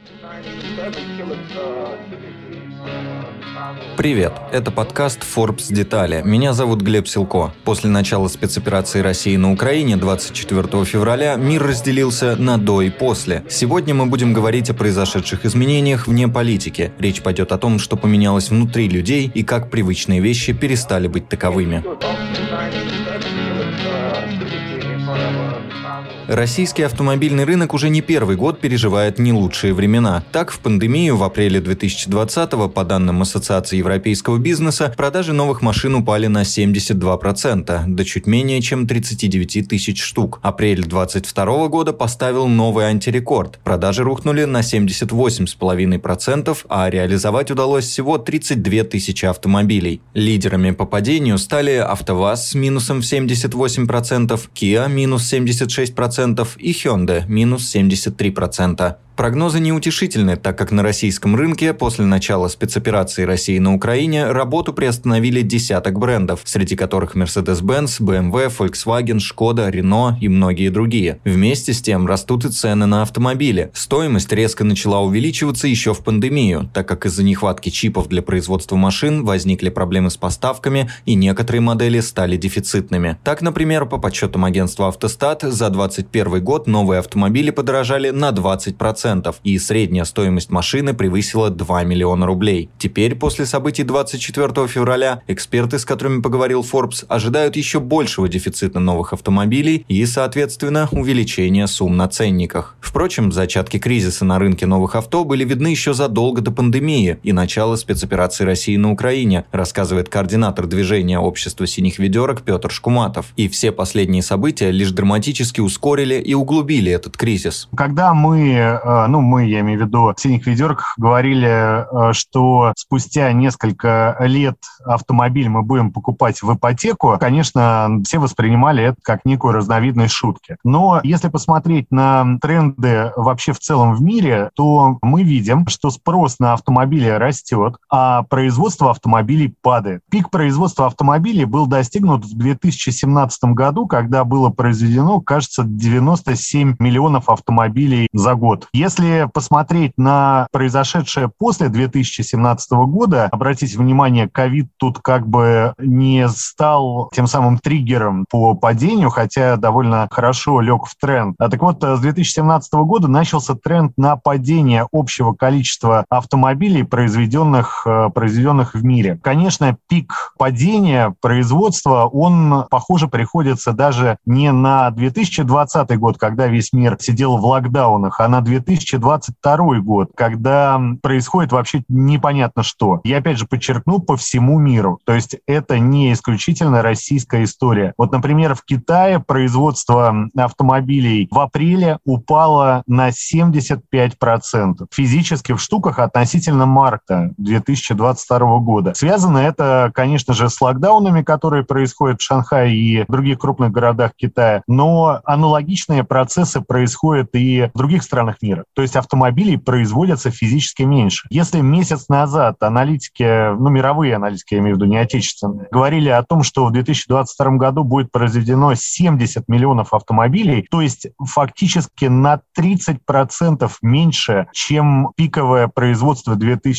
Привет, это подкаст Forbes Детали. Меня зовут Глеб Силко. После начала спецоперации России на Украине 24 февраля мир разделился на до и после. Сегодня мы будем говорить о произошедших изменениях вне политики. Речь пойдет о том, что поменялось внутри людей и как привычные вещи перестали быть таковыми. Российский автомобильный рынок уже не первый год переживает не лучшие времена. Так, в пандемию в апреле 2020-го, по данным Ассоциации европейского бизнеса, продажи новых машин упали на 72%, до чуть менее чем 39 тысяч штук. Апрель 2022 года поставил новый антирекорд. Продажи рухнули на 78,5%, а реализовать удалось всего 32 тысячи автомобилей. Лидерами по падению стали АвтоВАЗ с минусом в 78%, Kia минус 76%, и Hyundai минус 73%. Прогнозы неутешительны, так как на российском рынке после начала спецоперации России на Украине работу приостановили десяток брендов, среди которых Mercedes-Benz, BMW, Volkswagen, Skoda, Renault и многие другие. Вместе с тем растут и цены на автомобили. Стоимость резко начала увеличиваться еще в пандемию, так как из-за нехватки чипов для производства машин возникли проблемы с поставками и некоторые модели стали дефицитными. Так, например, по подсчетам агентства «Автостат», за 2021 год новые автомобили подорожали на 20%. И средняя стоимость машины превысила 2 миллиона рублей. Теперь, после событий 24 февраля, эксперты, с которыми поговорил Forbes, ожидают еще большего дефицита новых автомобилей и, соответственно, увеличения сумм на ценниках. Впрочем, зачатки кризиса на рынке новых авто были видны еще задолго до пандемии и начала спецоперации России на Украине, рассказывает координатор движения общества синих ведерок Петр Шкуматов. И все последние события лишь драматически ускорили и углубили этот кризис. Когда я имею в виду, в «Синих ведерках» говорили, что спустя несколько лет автомобиль мы будем покупать в ипотеку, конечно, все воспринимали это как некую разновидность шутки. Но если посмотреть на тренды вообще в целом в мире, то мы видим, что спрос на автомобили растет, а производство автомобилей падает. Пик производства автомобилей был достигнут в 2017 году, когда было произведено, кажется, 97 миллионов автомобилей за год. Если посмотреть на произошедшее после 2017 года, обратите внимание, ковид тут как бы не стал тем самым триггером по падению, хотя довольно хорошо лег в тренд. Так вот, с 2017 года начался тренд на падение общего количества автомобилей, произведенных в мире. Конечно, пик падения производства, он, похоже, приходится даже не на 2020 год, когда весь мир сидел в локдаунах, а на 2022 год, когда происходит вообще непонятно что. Я опять же подчеркну, по всему миру. То есть это не исключительно российская история. Вот, например, в Китае производство автомобилей в апреле упало на 75%. Физически в штуках относительно марта 2022 года. Связано это, конечно же, с локдаунами, которые происходят в Шанхае и в других крупных городах Китая. Но аналогичные процессы происходят и в других странах мира. То есть автомобилей производятся физически меньше. Если месяц назад аналитики, мировые аналитики, я имею в виду, не отечественные, говорили о том, что в 2022 году будет произведено 70 миллионов автомобилей, то есть фактически на 30% меньше, чем пиковое производство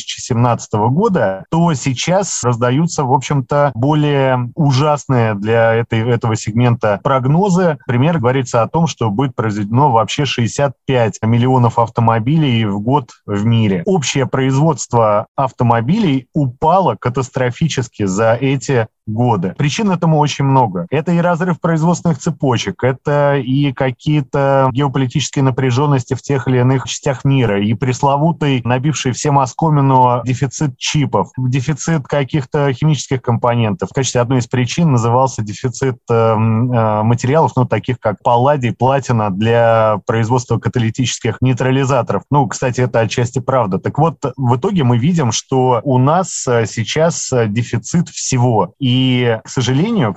2017 года, то сейчас раздаются, в общем-то, более ужасные для этого сегмента прогнозы. Например, говорится о том, что будет произведено вообще 65 миллионов автомобилей в год в мире. Общее производство автомобилей упало катастрофически за эти годы. Причин этому очень много. Это и разрыв производственных цепочек, это и какие-то геополитические напряженности в тех или иных частях мира, и пресловутый, набивший всем оскомину, дефицит чипов, дефицит каких-то химических компонентов. В качестве одной из причин назывался дефицит материалов, таких как палладий, платина для производства каталитических нейтрализаторов. Кстати, это отчасти правда. Так вот, в итоге мы видим, что у нас сейчас дефицит всего. И, к сожалению,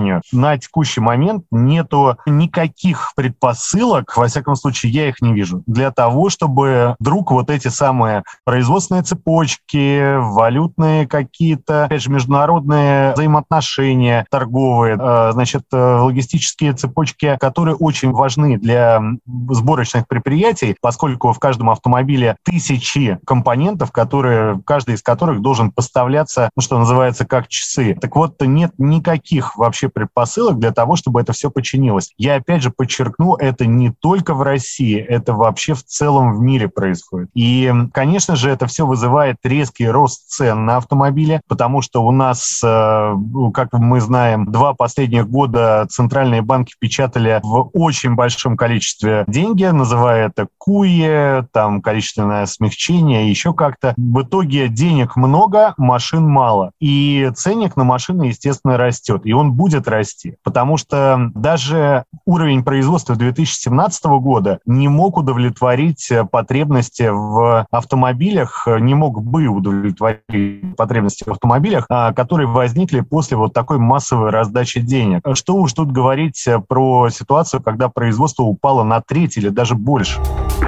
на текущий момент нету никаких предпосылок, во всяком случае, я их не вижу, для того, чтобы вдруг вот эти самые производственные цепочки, валютные какие-то, опять же, международные взаимоотношения торговые, логистические цепочки, которые очень важны для сборочных предприятий, по поскольку в каждом автомобиле тысячи компонентов, каждый из которых должен поставляться, что называется, как часы. Так вот, нет никаких вообще предпосылок для того, чтобы это все починилось. Я опять же подчеркну, это не только в России, это вообще в целом в мире происходит. И, конечно же, это все вызывает резкий рост цен на автомобили, потому что у нас, как мы знаем, 2 последних года центральные банки печатали в очень большом количестве деньги, называя это КУЕ, там количественное смягчение, еще как-то. В итоге денег много, машин мало. И ценник на машины, естественно, растет. И он будет расти. Потому что даже уровень производства 2017 года не мог удовлетворить потребности в автомобилях, не мог бы удовлетворить потребности в автомобилях, которые возникли после вот такой массовой раздачи денег. Что уж тут говорить про ситуацию, когда производство упало на треть или даже больше.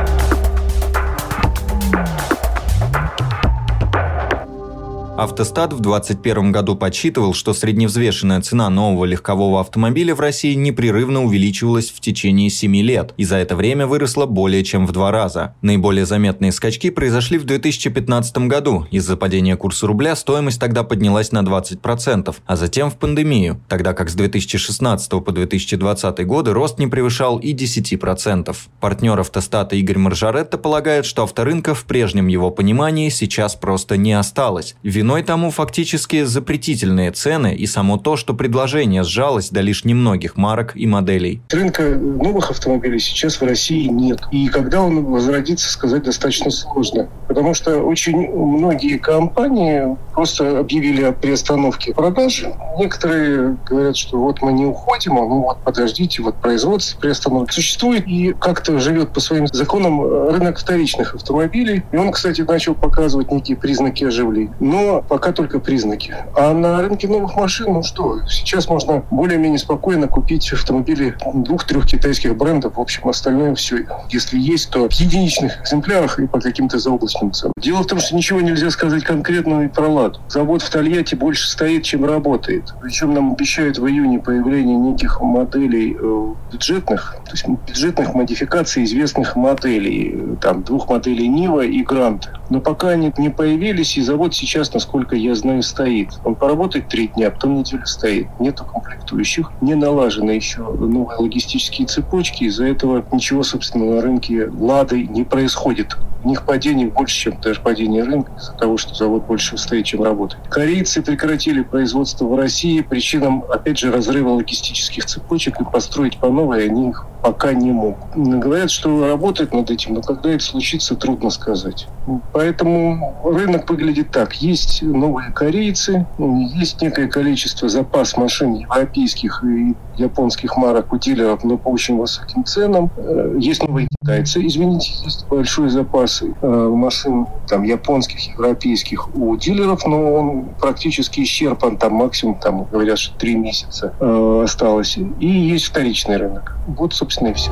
Автостат в 2021 году подсчитывал, что средневзвешенная цена нового легкового автомобиля в России непрерывно увеличивалась в течение 7 лет, и за это время выросла более чем в 2 раза. Наиболее заметные скачки произошли в 2015 году. Из-за падения курса рубля стоимость тогда поднялась на 20%, а затем в пандемию, тогда как с 2016 по 2020 годы рост не превышал и 10%. Партнер автостата Игорь Маржаретто полагает, что авторынка в прежнем его понимании сейчас просто не осталось. Виной тому фактически запретительные цены и само то, что предложение сжалось до лишь немногих марок и моделей. Рынка новых автомобилей сейчас в России нет. И когда он возродится, сказать достаточно сложно. Потому что очень многие компании просто объявили о приостановке продаж. Некоторые говорят, что вот мы не уходим, ну вот подождите, вот производство приостановки. Существует и как-то живет по своим законам рынок вторичных автомобилей. И он, кстати, начал показывать некие признаки оживления. Но пока только признаки. А на рынке новых машин, сейчас можно более-менее спокойно купить автомобили 2-3 китайских брендов. В общем, остальное все, если есть, то в единичных экземплярах и по каким-то заоблачным ценам. Дело в том, что ничего нельзя сказать конкретного и про «Ладу». Завод в Тольятти больше стоит, чем работает. Причем нам обещают в июне появление неких моделей бюджетных, то есть бюджетных модификаций известных моделей. Там 2 моделей Нива и Грант. Но пока они не появились, и завод сейчас, насколько я знаю, стоит. Он поработает 3 дня, потом неделю стоит. Нету комплектующих, не налажены еще новые логистические цепочки. Из-за этого ничего, собственно, на рынке «Лады» не происходит. У них падение больше, чем даже падение рынка, из-за того, что завод больше стоит, чем работает. Корейцы прекратили производство в России причинам, опять же, разрыва логистических цепочек, и построить по новой они их пока не могут. Говорят, что работают над этим, но когда это случится, трудно сказать. Поэтому рынок выглядит так. Есть новые корейцы, есть некое количество запас машин европейских и японских марок у дилеров, но по очень высоким ценам. Есть новые китайцы, есть большой запас машин там, японских, европейских у дилеров, но он практически исчерпан, там максимум, говорят, что 3 месяца осталось. И есть вторичный рынок. Вот, собственно, и все.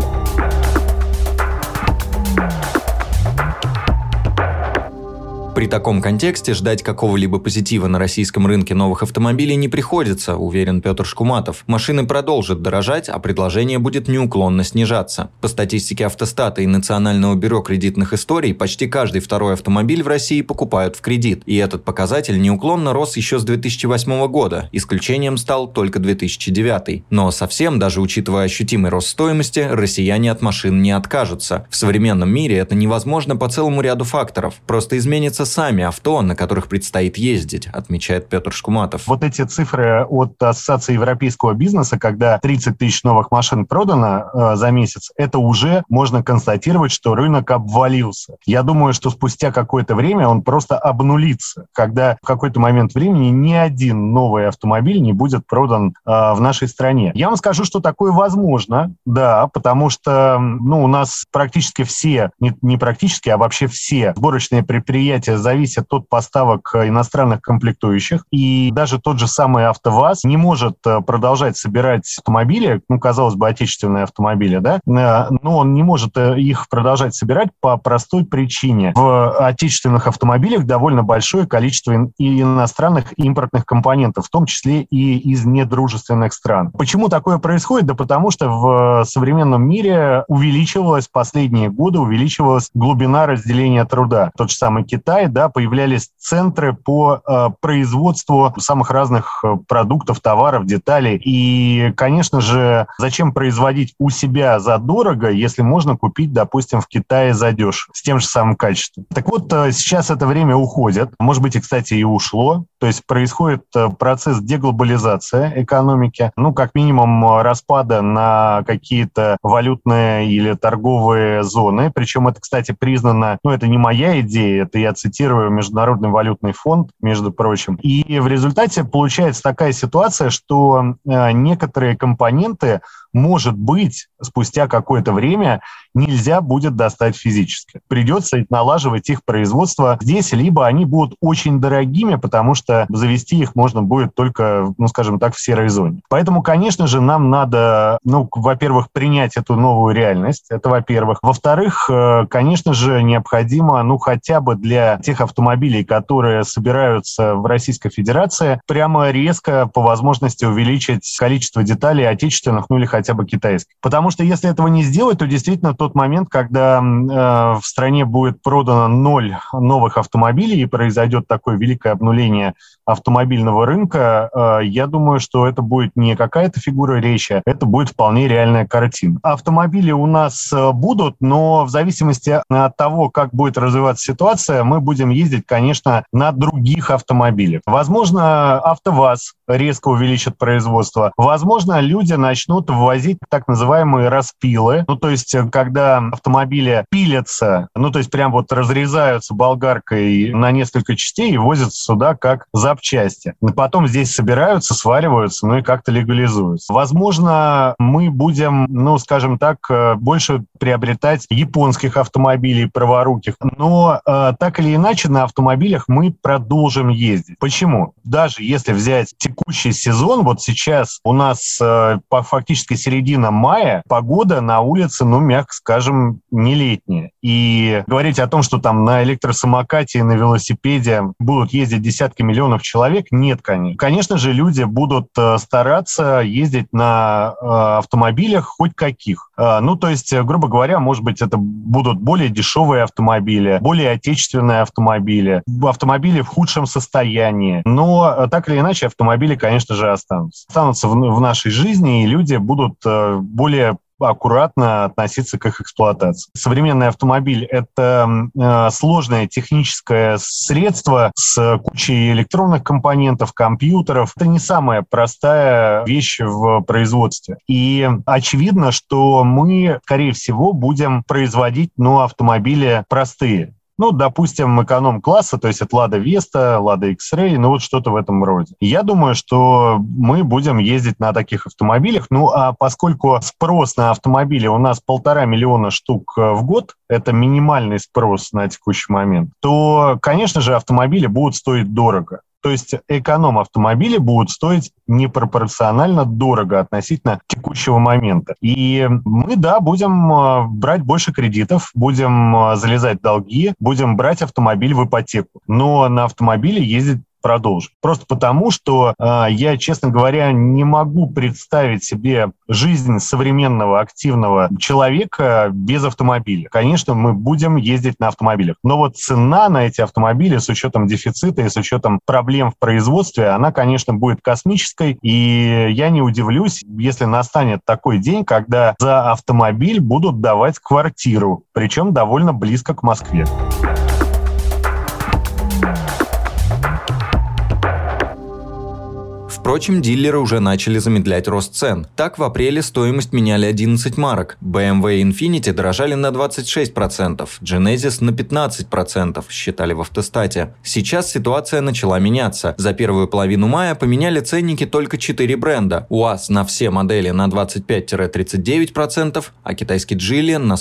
При таком контексте ждать какого-либо позитива на российском рынке новых автомобилей не приходится, уверен Петр Шкуматов. Машины продолжат дорожать, а предложение будет неуклонно снижаться. По статистике Автостата и Национального бюро кредитных историй, почти каждый второй автомобиль в России покупают в кредит. И этот показатель неуклонно рос еще с 2008 года. Исключением стал только 2009. Но совсем, даже учитывая ощутимый рост стоимости, россияне от машин не откажутся. В современном мире это невозможно по целому ряду факторов. Просто изменится сами авто, на которых предстоит ездить, отмечает Петр Шкуматов. Вот эти цифры от Ассоциации европейского бизнеса, когда 30 тысяч новых машин продано за месяц, это уже можно констатировать, что рынок обвалился. Я думаю, что спустя какое-то время он просто обнулится, когда в какой-то момент времени ни один новый автомобиль не будет продан в нашей стране. Я вам скажу, что такое возможно, да, потому что у нас практически все, не практически, а вообще все сборочные предприятия зависят от поставок иностранных комплектующих, и даже тот же самый АвтоВАЗ не может продолжать собирать автомобили, казалось бы, отечественные автомобили, да, но он не может их продолжать собирать по простой причине. В отечественных автомобилях довольно большое количество иностранных импортных компонентов, в том числе и из недружественных стран. Почему такое происходит? Да потому что в современном мире последние годы увеличивалась глубина разделения труда. Тот же самый Китай, да, появлялись центры по производству самых разных продуктов, товаров, деталей. И, конечно же, зачем производить у себя задорого, если можно купить, допустим, в Китае задешево, с тем же самым качеством. Так вот, сейчас это время уходит. Может быть, и, кстати, и ушло. То есть происходит процесс деглобализации экономики, как минимум распада на какие-то валютные или торговые зоны. Причем это, кстати, признано, это не моя идея, это я цитирую Международный валютный фонд, между прочим. И в результате получается такая ситуация, что некоторые компоненты, может быть, спустя какое-то время нельзя будет достать физически. Придется налаживать их производство здесь, либо они будут очень дорогими, потому что завести их можно будет только, скажем так, в серой зоне. Поэтому, конечно же, нам надо, во-первых, принять эту новую реальность. Это во-первых. Во-вторых, конечно же, необходимо, хотя бы для тех автомобилей, которые собираются в Российской Федерации, прямо резко, по возможности, увеличить количество деталей отечественных, или хотя бы китайских. Потому что если этого не сделать, то действительно тот момент, когда в стране будет продано 0 новых автомобилей и произойдет такое великое обнуление автомобильного рынка, я думаю, что это будет не какая-то фигура речи, это будет вполне реальная картина. Автомобили у нас будут, но в зависимости от того, как будет развиваться ситуация, мы будем ездить, конечно, на других автомобилях. Возможно, АвтоВАЗ резко увеличит производство. Возможно, люди начнут ввозить так называемые распилы. То есть, когда автомобили пилятся, то есть прям разрезаются болгаркой на несколько частей и возятся сюда как запчасти. Потом здесь собираются, свариваются, и как-то легализуются. Возможно, мы будем, скажем так, больше приобретать японских автомобилей праворуких. Но так или иначе на автомобилях мы продолжим ездить. Почему? Даже если взять текущий сезон, вот сейчас у нас фактически середина мая, погода на улице, мягко скажем, не летняя. И говорить о том, что там на электросамокате и на велосипеде будут ездить десятки миллионов человек, нет, конечно. Конечно же, люди будут стараться ездить на автомобилях хоть каких. То есть, грубо говоря, может быть, это будут более дешевые автомобили, более отечественные автомобили в худшем состоянии. Но так или иначе автомобили, конечно же, останутся в нашей жизни, и люди будут более аккуратно относиться к их эксплуатации. Современный автомобиль — это сложное техническое средство с кучей электронных компонентов, компьютеров. Это не самая простая вещь в производстве. И очевидно, что мы, скорее всего, будем производить, автомобили простые. Допустим, эконом-класса, то есть это Lada Vesta, Lada X-Ray, что-то в этом роде. Я думаю, что мы будем ездить на таких автомобилях. А поскольку спрос на автомобили у нас 1,5 миллиона штук в год, это минимальный спрос на текущий момент, то, конечно же, автомобили будут стоить дорого. То есть эконом-автомобили будут стоить непропорционально дорого относительно текущего момента. И мы, будем брать больше кредитов, будем залезать в долги, будем брать автомобиль в ипотеку. Но на автомобиле ездить продолжим. Просто потому, что я, честно говоря, не могу представить себе жизнь современного активного человека без автомобиля. Конечно, мы будем ездить на автомобилях. Но цена на эти автомобили с учетом дефицита и с учетом проблем в производстве, она, конечно, будет космической. И я не удивлюсь, если настанет такой день, когда за автомобиль будут давать квартиру, причем довольно близко к Москве. В Впрочем, дилеры уже начали замедлять рост цен. Так, в апреле стоимость меняли 11 марок. BMW и Infiniti дорожали на 26%, Genesis на 15%, считали в автостате. Сейчас ситуация начала меняться. За первую половину мая поменяли ценники только 4 бренда. УАЗ на все модели на 25-39%, а китайский Geely на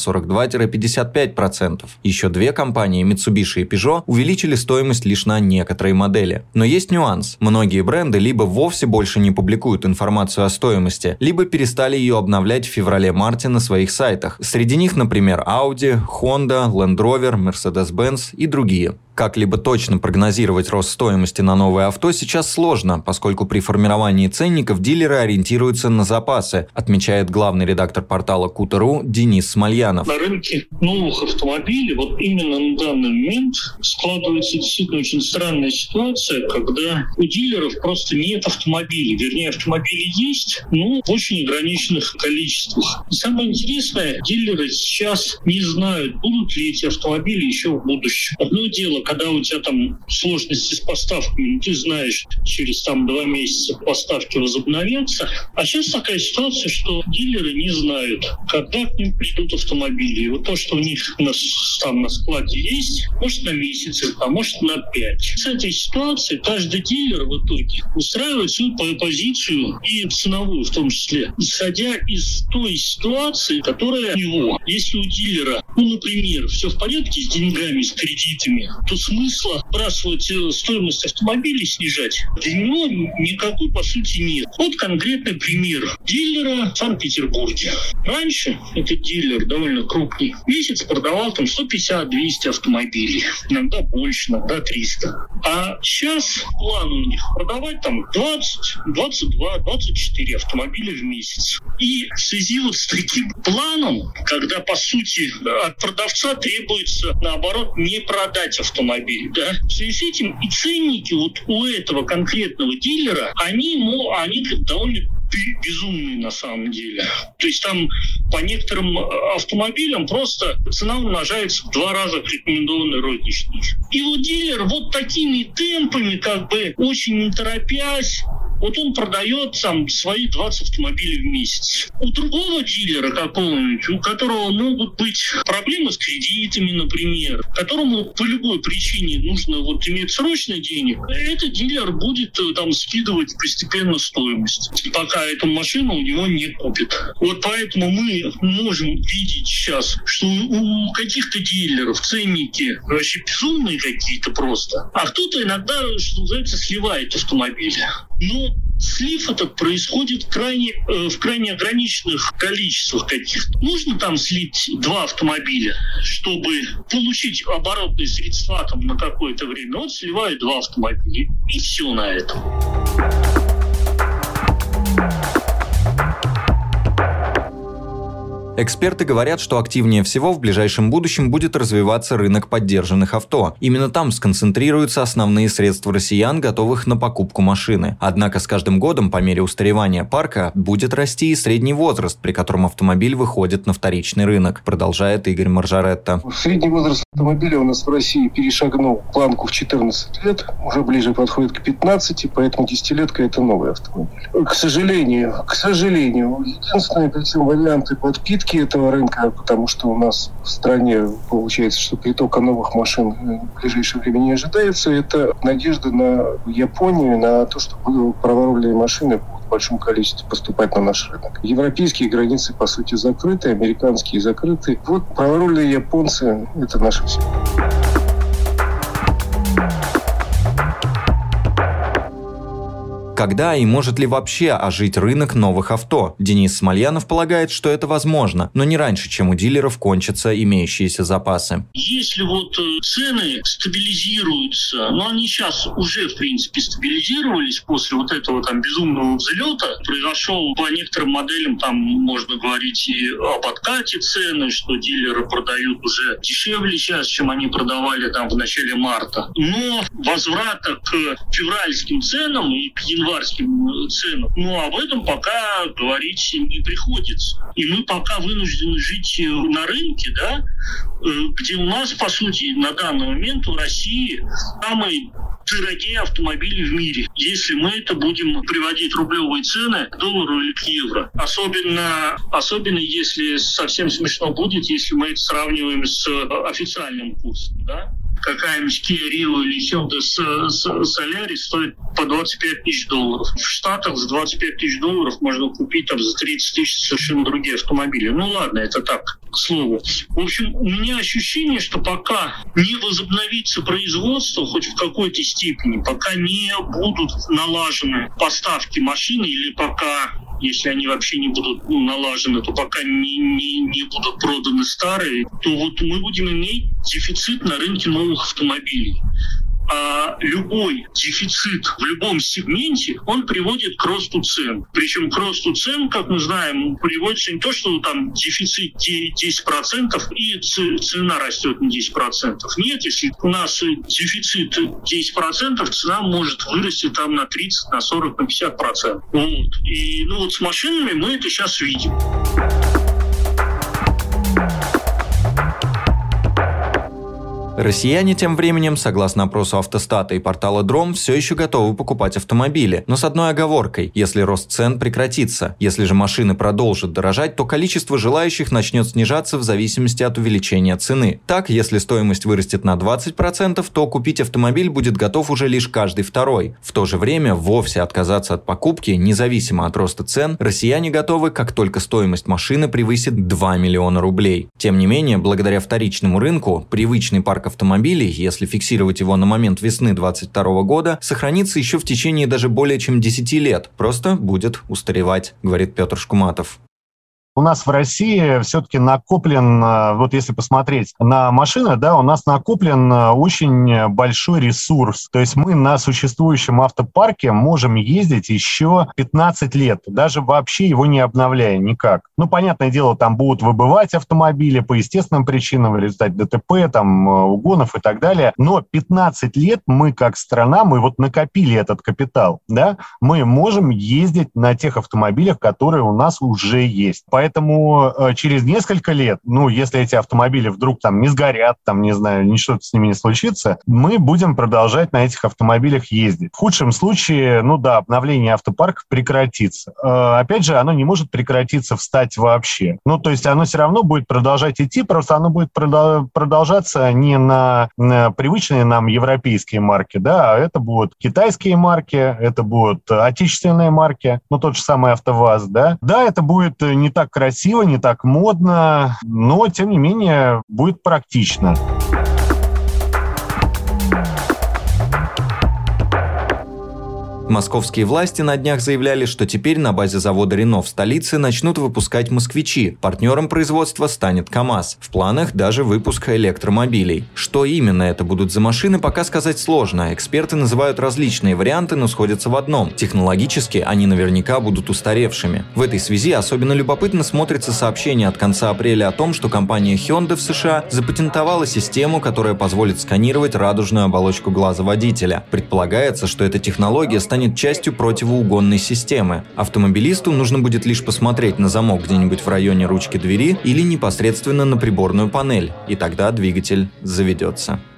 42-55%. Еще две компании, Mitsubishi и Peugeot, увеличили стоимость лишь на некоторые модели. Но есть нюанс. Многие бренды либо вовсе больше не публикуют информацию о стоимости, либо перестали ее обновлять в феврале-марте на своих сайтах. Среди них, например, Audi, Honda, Land Rover, Mercedes-Benz и другие. Как-либо точно прогнозировать рост стоимости на новое авто сейчас сложно, поскольку при формировании ценников дилеры ориентируются на запасы, отмечает главный редактор портала Kuta.ru Денис Смольянов. На рынке новых автомобилей вот именно на данный момент складывается действительно очень странная ситуация, когда у дилеров просто нет автомобилей. Вернее, автомобили есть, но в очень ограниченных количествах. И самое интересное, дилеры сейчас не знают, будут ли эти автомобили еще в будущем. Одно дело, когда у тебя там сложности с поставками, ты знаешь, через 2 месяца поставки возобновятся. А сейчас такая ситуация, что дилеры не знают, когда к ним придут автомобили. И вот то, что у них там на складе есть, может на месяц, а может на 5. С этой ситуацией каждый дилер в итоге устраивает свою позицию и ценовую в том числе, исходя из той ситуации, которая у него. Если у дилера, например, все в порядке с деньгами, с кредитами, то смысла сбрасывать стоимость автомобилей, снижать, для него никакой, по сути, нет. Вот конкретный пример дилера в Санкт-Петербурге. Раньше этот дилер, довольно крупный, в месяц продавал там 150-200 автомобилей. Иногда больше, иногда 300. А сейчас план у них продавать там 20, 22, 24 автомобиля в месяц. И в связи вот с таким планом, когда, по сути, от продавца требуется, наоборот, не продать автомобиль, да? В связи с этим и ценники вот у этого конкретного дилера, они довольно безумные на самом деле. То есть там по некоторым автомобилям просто цена умножается в 2 раза к рекомендованной розничной. И вот дилер вот такими темпами, как бы очень не торопясь, вот он продает там свои 20 автомобилей в месяц. У другого дилера какого-нибудь, у которого могут быть проблемы с кредитами, например, которому по любой причине нужно вот иметь срочно денег, этот дилер будет там скидывать постепенно стоимость, пока эту машину у него не купит. Вот поэтому мы можем видеть сейчас, что у каких-то дилеров ценники вообще безумные какие-то просто, а кто-то иногда, что называется, сливает автомобили. Но слив этот происходит в крайне ограниченных количествах каких-то. Нужно там слить 2 автомобиля, чтобы получить оборотные средства там на какое-то время. Вот сливают 2 автомобиля. И все на этом. Эксперты говорят, что активнее всего в ближайшем будущем будет развиваться рынок поддержанных авто. Именно там сконцентрируются основные средства россиян, готовых на покупку машины. Однако с каждым годом, по мере устаревания парка, будет расти и средний возраст, при котором автомобиль выходит на вторичный рынок, продолжает Игорь Маржаретта. Средний возраст автомобиля у нас в России перешагнул планку в 14 лет, уже ближе подходит к 15, поэтому 10-летка – это новый автомобиль. К сожалению, единственные причем варианты подпитки этого рынка, потому что у нас в стране получается, что притока новых машин в ближайшее время не ожидается, это надежда на Японию, на то, что праворульные машины будут в большом количестве поступать на наш рынок. Европейские границы, по сути, закрыты, американские закрыты. Вот праворульные японцы – это наше все. Когда и может ли вообще ожить рынок новых авто? Денис Смольянов полагает, что это возможно, но не раньше, чем у дилеров кончатся имеющиеся запасы. Если вот цены стабилизируются, но они сейчас уже, в принципе, стабилизировались после вот этого там безумного взлета, произошел по некоторым моделям, там можно говорить и об откате цены, что дилеры продают уже дешевле сейчас, чем они продавали там в начале марта. Но возврата к февральским ценам и к январским ценам, об этом пока говорить не приходится. И мы пока вынуждены жить на рынке, да, где у нас, по сути, на данный момент в России самый дорогие автомобили в мире, если мы это будем приводить рублевые цены к доллару или к евро. Особенно если совсем смешно будет, если мы это сравниваем с официальным курсом, да? Какая-нибудь Kia Rio или Hyundai Solaris стоит по $25 тысяч. В Штатах за $25 тысяч можно купить там за 30 тысяч совершенно другие автомобили. Ну ладно, это так, к слову. В общем, у меня ощущение, что пока не возобновится производство, хоть в какой-то степени, пока не будут налажены поставки машин или пока, если они вообще не будут налажены, то пока не будут проданы старые, то вот мы будем иметь дефицит на рынке новых автомобилей. А любой дефицит в любом сегменте, он приводит к росту цен. Причем к росту цен, как мы знаем, приводится не то, что там дефицит 10% и цена растет на 10%. Нет, если у нас дефицит 10%, цена может вырасти там на 30, на 40, на 50%. Вот. И вот с машинами мы это сейчас видим. Россияне тем временем, согласно опросу Автостата и портала Дром, все еще готовы покупать автомобили, но с одной оговоркой: если рост цен прекратится. Если же машины продолжат дорожать, то количество желающих начнет снижаться в зависимости от увеличения цены. Так, если стоимость вырастет на 20%, то купить автомобиль будет готов уже лишь каждый второй. В то же время вовсе отказаться от покупки, независимо от роста цен, россияне готовы, как только стоимость машины превысит 2 миллиона рублей. Тем не менее, благодаря вторичному рынку, привычный парк автомобилей, если фиксировать его на момент весны 2022 года, сохранится еще в течение даже более чем 10 лет. Просто будет устаревать, говорит Петр Шкуматов. У нас в России все-таки накоплен, вот если посмотреть на машины, да, у нас накоплен очень большой ресурс. То есть мы на существующем автопарке можем ездить еще 15 лет, даже вообще его не обновляя никак. Ну, понятное дело, там будут выбывать автомобили по естественным причинам, в результате ДТП, там, угонов и так далее. Но 15 лет мы, как страна, мы вот накопили этот капитал, да, мы можем ездить на тех автомобилях, которые у нас уже есть. Поэтому через несколько лет, если эти автомобили вдруг там не сгорят, там, не знаю, ничего с ними не случится, мы будем продолжать на этих автомобилях ездить. В худшем случае, обновление автопарка прекратится. Опять же, оно не может прекратиться, встать вообще. То есть оно все равно будет продолжать идти, просто оно будет продолжаться не на привычные нам европейские марки, да, а это будут китайские марки, это будут отечественные марки, тот же самый АвтоВАЗ, да. Да, это будет не так красиво, не так модно, но, тем не менее, будет практично. Московские власти на днях заявляли, что теперь на базе завода «Рено» в столице начнут выпускать «Москвичи». Партнером производства станет КАМАЗ. В планах даже выпуск электромобилей. Что именно это будут за машины, пока сказать сложно. Эксперты называют различные варианты, но сходятся в одном. Технологически они наверняка будут устаревшими. В этой связи особенно любопытно смотрится сообщение от конца апреля о том, что компания Hyundai в США запатентовала систему, которая позволит сканировать радужную оболочку глаза водителя. Предполагается, что эта технология станет частью противоугонной системы. Автомобилисту нужно будет лишь посмотреть на замок где-нибудь в районе ручки двери или непосредственно на приборную панель, и тогда двигатель заведется.